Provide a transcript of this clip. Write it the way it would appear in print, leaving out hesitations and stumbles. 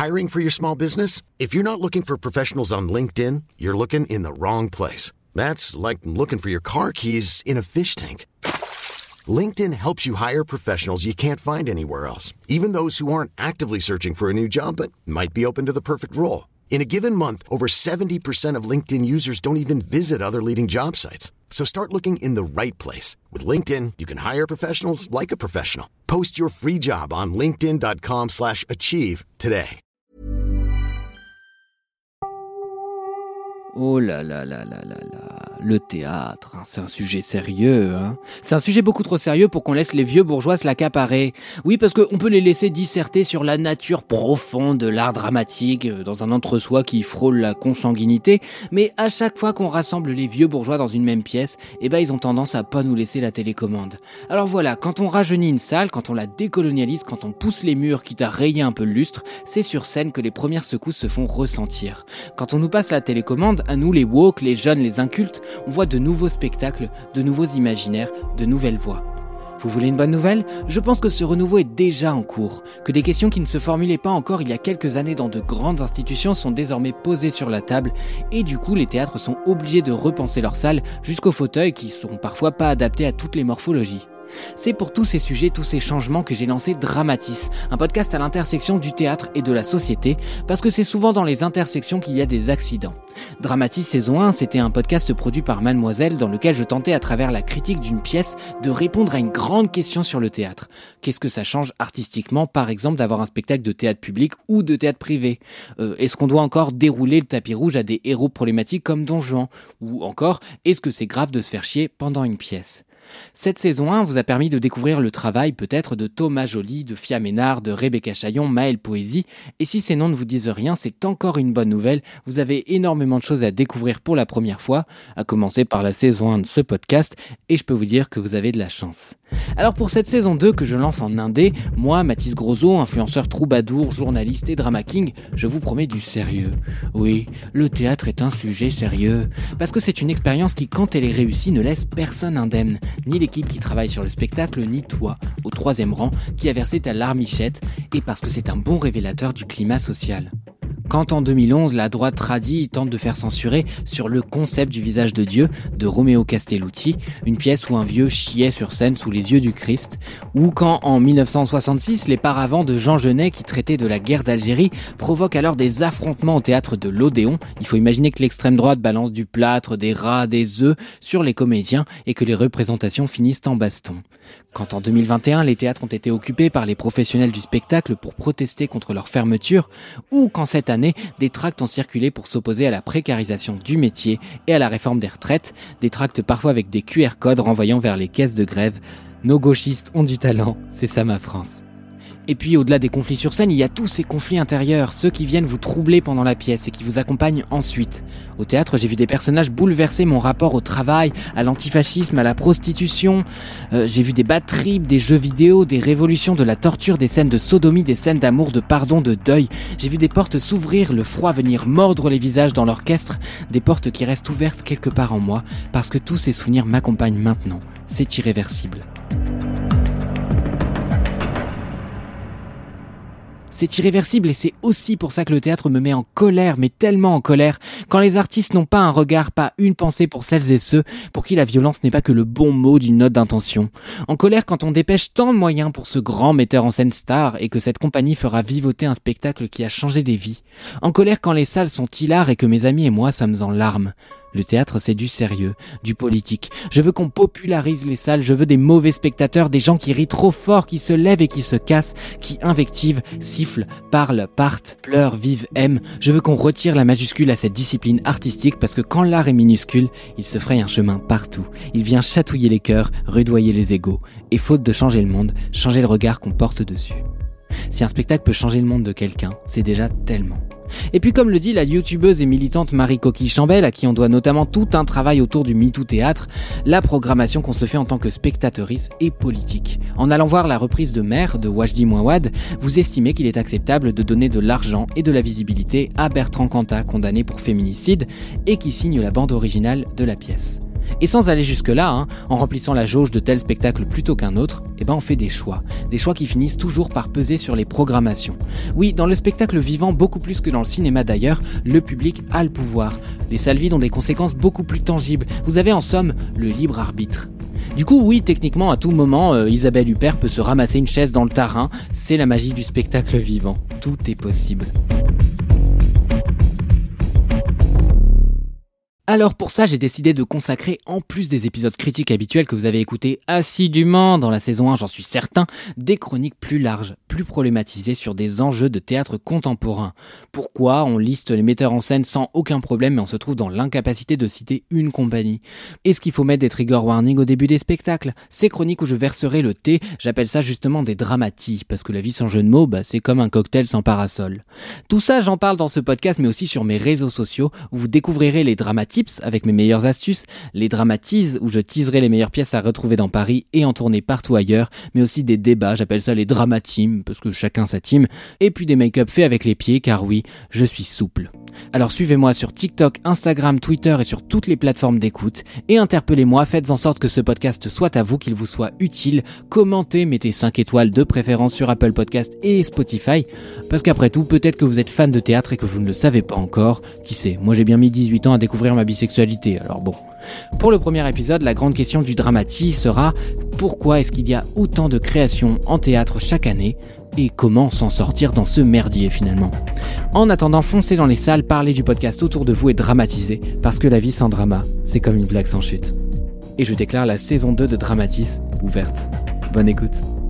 Hiring for your small business? If you're not looking for professionals on LinkedIn, you're looking in the wrong place. That's like looking for your car keys in a fish tank. LinkedIn helps you hire professionals you can't find anywhere else, even those who aren't actively searching for a new job but might be open to the perfect role. In a given month, over 70% of LinkedIn users don't even visit other leading job sites. So start looking in the right place. With LinkedIn, you can hire professionals like a professional. Post your free job on linkedin.com/achieve today. Oh là là là là là là, le théâtre, c'est un sujet sérieux, C'est un sujet beaucoup trop sérieux pour qu'on laisse les vieux bourgeois se l'accaparer. Oui, parce qu'on peut les laisser disserter sur la nature profonde de l'art dramatique, dans un entre-soi qui frôle la consanguinité, mais à chaque fois qu'on rassemble les vieux bourgeois dans une même pièce, ils ont tendance à pas nous laisser la télécommande. Alors voilà, quand on rajeunit une salle, quand on la décolonialise, quand on pousse les murs quitte à rayer un peu le lustre, c'est sur scène que les premières secousses se font ressentir. Quand on nous passe la télécommande, à nous les woke, les jeunes, les incultes, on voit de nouveaux spectacles, de nouveaux imaginaires, de nouvelles voix. Vous voulez une bonne nouvelle ? Je pense que ce renouveau est déjà en cours, que des questions qui ne se formulaient pas encore il y a quelques années dans de grandes institutions sont désormais posées sur la table et du coup les théâtres sont obligés de repenser leurs salles jusqu'aux fauteuils qui sont parfois pas adaptés à toutes les morphologies. C'est pour tous ces sujets, tous ces changements que j'ai lancé Dramatis, un podcast à l'intersection du théâtre et de la société, parce que c'est souvent dans les intersections qu'il y a des accidents. Dramatis saison 1, c'était un podcast produit par Mademoiselle dans lequel je tentais à travers la critique d'une pièce de répondre à une grande question sur le théâtre. Qu'est-ce que ça change artistiquement, par exemple, d'avoir un spectacle de théâtre public ou de théâtre privé ? Est-ce qu'on doit encore dérouler le tapis rouge à des héros problématiques comme Don Juan ? Ou encore, est-ce que c'est grave de se faire chier pendant une pièce ? Cette saison 1 vous a permis de découvrir le travail peut-être de Thomas Joly, de Fia Ménard, de Rebecca Chaillon, Maëlle Poésie. Et si ces noms ne vous disent rien, c'est encore une bonne nouvelle. Vous avez énormément de choses à découvrir pour la première fois, à commencer par la saison 1 de ce podcast, et je peux vous dire que vous avez de la chance. Alors pour cette saison 2 que je lance en indé, moi, Mathis Grosot, influenceur troubadour, journaliste et drama king, je vous promets du sérieux. Oui, le théâtre est un sujet sérieux, parce que c'est une expérience qui, quand elle est réussie, ne laisse personne indemne. Ni l'équipe qui travaille sur le spectacle, ni toi, au 3e rang, qui a versé ta larmichette, et parce que c'est un bon révélateur du climat social. Quand en 2011, la droite tradie tente de faire censurer sur le concept du visage de Dieu de Romeo Castellucci, une pièce où un vieux chiait sur scène sous les yeux du Christ, ou quand en 1966, les paravents de Jean Genet qui traitait de la guerre d'Algérie provoquent alors des affrontements au théâtre de l'Odéon. Il faut imaginer que l'extrême droite balance du plâtre, des rats, des œufs sur les comédiens et que les représentations finissent en baston. Quand en 2021, les théâtres ont été occupés par les professionnels du spectacle pour protester contre leur fermeture, ou quand cette année, des tracts ont circulé pour s'opposer à la précarisation du métier et à la réforme des retraites, des tracts parfois avec des QR codes renvoyant vers les caisses de grève. Nos gauchistes ont du talent, c'est ça ma France. Et puis au-delà des conflits sur scène, il y a tous ces conflits intérieurs, ceux qui viennent vous troubler pendant la pièce et qui vous accompagnent ensuite. Au théâtre, j'ai vu des personnages bouleverser mon rapport au travail, à l'antifascisme, à la prostitution. J'ai vu des bad trips, des jeux vidéo, des révolutions, de la torture, des scènes de sodomie, des scènes d'amour, de pardon, de deuil. J'ai vu des portes s'ouvrir, le froid venir mordre les visages dans l'orchestre, des portes qui restent ouvertes quelque part en moi, parce que tous ces souvenirs m'accompagnent maintenant. C'est irréversible. C'est irréversible et c'est aussi pour ça que le théâtre me met en colère, mais tellement en colère, quand les artistes n'ont pas un regard, pas une pensée pour celles et ceux pour qui la violence n'est pas que le bon mot d'une note d'intention. En colère quand on dépêche tant de moyens pour ce grand metteur en scène star et que cette compagnie fera vivoter un spectacle qui a changé des vies. En colère quand les salles sont hilars et que mes amis et moi sommes en larmes. Le théâtre, c'est du sérieux, du politique. Je veux qu'on popularise les salles, je veux des mauvais spectateurs, des gens qui rient trop fort, qui se lèvent et qui se cassent, qui invectivent, sifflent, parlent, partent, pleurent, vivent, aiment. Je veux qu'on retire la majuscule à cette discipline artistique parce que quand l'art est minuscule, il se fraye un chemin partout. Il vient chatouiller les cœurs, rudoyer les égos. Et faute de changer le monde, changer le regard qu'on porte dessus. Si un spectacle peut changer le monde de quelqu'un, c'est déjà tellement. Et puis comme le dit la youtubeuse et militante Marie Coquille Chambel, à qui on doit notamment tout un travail autour du MeToo Théâtre, la programmation qu'on se fait en tant que spectatrice est politique. En allant voir la reprise de Mère de Wajdi Mouawad, vous estimez qu'il est acceptable de donner de l'argent et de la visibilité à Bertrand Cantat, condamné pour féminicide, et qui signe la bande originale de la pièce. Et sans aller jusque-là, en remplissant la jauge de tel spectacle plutôt qu'un autre, on fait des choix qui finissent toujours par peser sur les programmations. Oui, dans le spectacle vivant, beaucoup plus que dans le cinéma d'ailleurs, le public a le pouvoir. Les salles vides ont des conséquences beaucoup plus tangibles. Vous avez en somme le libre arbitre. Du coup, oui, techniquement, à tout moment, Isabelle Huppert peut se ramasser une chaise dans le Tarin. C'est la magie du spectacle vivant. Tout est possible. Alors pour ça, j'ai décidé de consacrer, en plus des épisodes critiques habituels que vous avez écoutés assidûment dans la saison 1, j'en suis certain, des chroniques plus larges, plus problématisées sur des enjeux de théâtre contemporain. Pourquoi on liste les metteurs en scène sans aucun problème mais on se trouve dans l'incapacité de citer une compagnie? Est-ce qu'il faut mettre des trigger warnings au début des spectacles? Ces chroniques où je verserai le thé, j'appelle ça justement des dramatis, parce que la vie sans jeu de mots, c'est comme un cocktail sans parasol. Tout ça, j'en parle dans ce podcast mais aussi sur mes réseaux sociaux où vous découvrirez les dramatis avec mes meilleures astuces, les dramatises où je teaserai les meilleures pièces à retrouver dans Paris et en tournée partout ailleurs, mais aussi des débats, j'appelle ça les dramatimes parce que chacun sa team, et puis des make-up faits avec les pieds car oui, je suis souple. Alors suivez-moi sur TikTok, Instagram, Twitter et sur toutes les plateformes d'écoute et interpellez-moi, faites en sorte que ce podcast soit à vous, qu'il vous soit utile, commentez, mettez 5 étoiles de préférence sur Apple Podcast et Spotify, parce qu'après tout, peut-être que vous êtes fan de théâtre et que vous ne le savez pas encore, qui sait, moi j'ai bien mis 18 ans à découvrir ma bisexualité, alors bon. Pour le premier épisode, la grande question du dramatis sera pourquoi est-ce qu'il y a autant de créations en théâtre chaque année et comment s'en sortir dans ce merdier finalement. En attendant, foncez dans les salles, parlez du podcast autour de vous et dramatisez, parce que la vie sans drama, c'est comme une blague sans chute. Et je déclare la saison 2 de Dramatis ouverte. Bonne écoute.